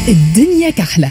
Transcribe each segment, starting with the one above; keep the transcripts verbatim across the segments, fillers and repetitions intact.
الدنيا كحلة.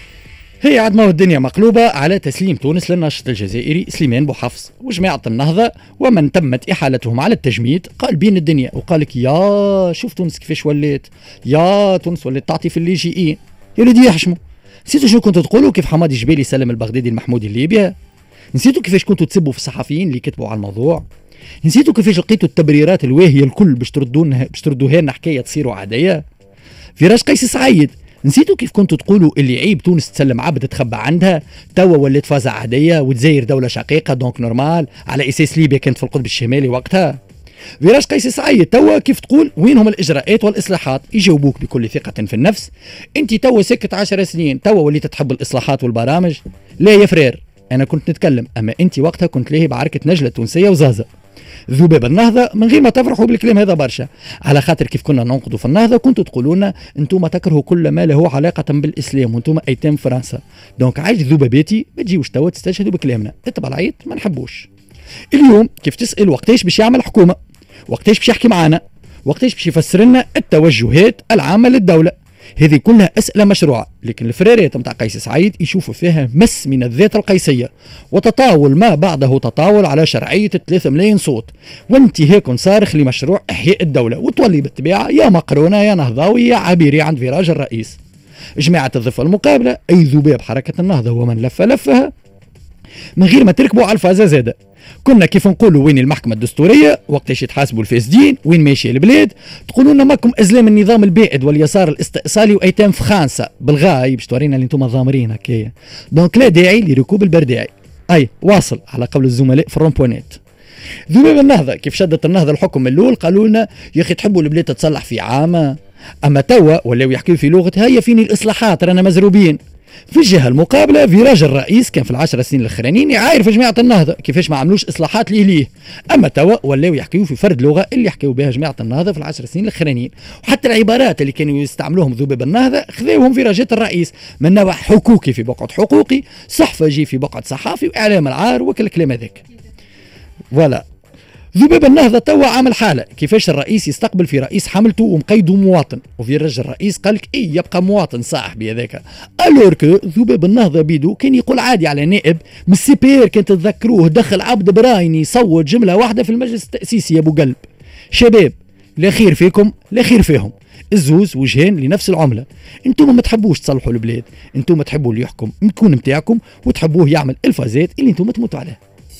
هي عاد ما الدنيا مقلوبة على تسليم تونس للناشط الجزائري سليمان بوحفص وجماعة النهضة ومن تمت إحالتهم على التجميد قال بين الدنيا وقال لك يا شوف تونس كيفاش ولات، يا تونس ولات تعطي في اللاجئين. يا ولدي يحشموا، نسيتوا شنو كنتوا تقولوا كيف حمادي جبالي سلم البغدادي المحمودي لليبيا؟ نسيتوا كيفاش كنتوا تسبوا في الصحفيين اللي كتبوا على الموضوع؟ نسيتوا كيفاش لقيتوا التبريرات الواهية الكل باش تردونا باش تردوها لنا حكاية تصيروا عادية؟ فراش قيس سعيد، نسيتوا كيف كنتوا تقولوا اللي عيب تونس تسلم عبد تخبى عندها، توا ولات فازة عادية وتزاير دولة شقيقة دونك نورمال على اساس ليبيا كانت في القطب الشمالي وقتها. فراش قيس سعيد توا كيف تقول وينهم الاجراءات والاصلاحات؟ يجاوبوك بكل ثقة في النفس، انت توا سكت عشر سنين توا وليت تحب الاصلاحات والبرامج؟ لا يا فرير، انا كنت نتكلم، اما انت وقتها كنت لاهي بعركة نجلة تونسية وزازة ذباب النهضة من غير ما تفرحوا بالكلام هذا برشا، على خاطر كيف كنا ننقضوا في النهضة كنتوا تقولونا انتم تكرهوا كل ما له علاقة بالإسلام وانتم أيتام فرنسا، دونك عايش ذباباتي ما تجيوش توا تستشهدوا بكلامنا، اتبع العيط ما نحبوش. اليوم كيف تسأل وقتاش باش يعمل حكومة، وقتاش باش يحكي معانا، وقتاش باش يفسر لنا التوجهات العامة للدولة، هذه كلها أسئلة مشروعة، لكن الفراريات متاع قيس سعيد يشوفوا فيها مس من الذات القيسية وتطاول ما بعده تطاول على شرعية ثلاثة ملايين صوت وانتهاك صارخ لمشروع إحياء الدولة، وتولي بالطبيعة يا مقرونة يا نهضاوي يا عبيري عند فراج الرئيس. جماعة الضفة المقابلة أي ذباب حركة النهضة ومن لف لفها من غير ما تركبوا على الفازة زادة. كنا كيف نقولوا وين المحكمة الدستورية، وقتاش يتحاسبوا الفاسدين، وين ماشي البلاد، تقولوا لنا ماكم أزلام النظام البائد واليسار الاستئصالي وأيتام في خانسة بالغاي باش تورينا اللي انتم ضامرين هكايا. دونك لا داعي لركوب البرداعي. أي واصل على قول الزملاء في الرومبونات. ذباب النهضة كيف شدت النهضة الحكم من الأول قالوا لنا يا أخي تحبوا البلاد تتصلح في عامة، أما توا ولاو يحكيوا في لغة هيا فيني الإصلاحات رانا مزروبين. في الجهة المقابلة فراج الرئيس كان في العشر سنين الاخرانيين يعاير في جماعة النهضة كيفاش ما عملوش اصلاحات ليه ليه، اما توا ولاو يحكيوا في فرد لغة اللي يحكيوا بها جماعة النهضة في العشر سنين الاخرانيين، وحتى العبارات اللي كانوا يستعملوهم ذباب النهضة خذوهم فراجات الرئيس من نوع حقوقي في بقعة حقوقي، صحفجي في بقعة صحافي، واعلام العار وكل الكلام هذاك. ولا ذباب النهضة توا عامل حالة كيفاش الرئيس يستقبل في رئيس حملته ومقيده مواطن، وفي رجل الرئيس قالك اي يبقى مواطن صاحبي هذاك، الور كو ذباب النهضة بيدو كان يقول عادي على نائب من السي بي ار كان تتذكروه دخل عبد برايني يصوت جملة واحدة في المجلس التأسيسي يا ابو قلب. شباب لا خير فيكم لا خير فيهم، الزوز وجهين لنفس العملة، انتم ما تحبوش تصلحوا البلاد، انتم تحبوا اللي يحكم يكون متاعكم وتحبوه يعمل الفازات اللي انتم تموتوا عليها.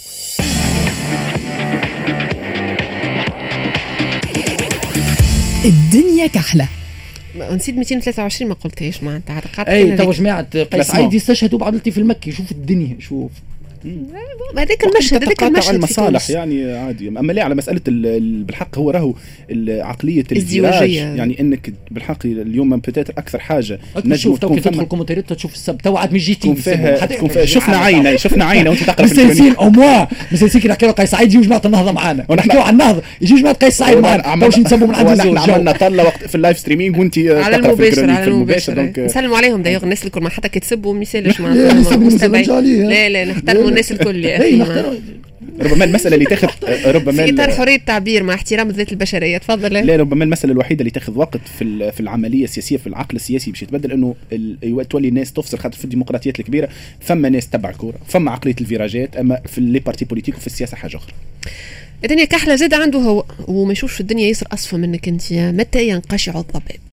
الدنيا كحلة. نسيت مئتين وثلاثة وعشرين ما قلتهاش معناتها عاد اي تو جماعه قيس سعيد يستشهدوا بعضلتي في المكي. شوف الدنيا شوف هذاك المشهد هذاك المشهد المصالح يعني عادي، اما لا على مساله بالحق هو راهو عقليه الازدواج، يعني انك بالحق اليوم بتات اكثر حاجه نجم تكون تدخل الكومنتات تشوف السب تو عاد مش جيتي شفنا عينه شفنا عينه وانت تقرا في مسلسين او موا مسلسين كي نحكي قيس سعيد يجوا جماعه النهضه معانا ونحكيو على النهضه يجوا جماعه قيس سعيد معانا واش نسبوا من عند الزوج. عملنا طله وقت في اللايف ستريمينغ وانت على المباشر على المباشر نسلموا عليهم دايوغ الناس الكل ما حتى كتسبوا ما يسالش معناتها لا لا نحترموا الناس الكل يا اخي. ربما المسألة اللي تاخذ ربما في إطار حرية التعبير مع احترام الذات البشرية. تفضل. لا ربما المسألة الوحيدة اللي تاخذ وقت في في العملية السياسية في العقل السياسي باش يتبدل انه تولي الناس تفصل، خاطر في الديمقراطيات الكبيرة فما ناس تبع كورة فما عقلية الفيراجات، اما في لي بارتي بوليتيك وفي السياسة حاجة أخرى. الدنيا كحلة زاد عنده هو وما يشوفش الدنيا يصير أصفى منك أنت. متى ينقشع الضباب؟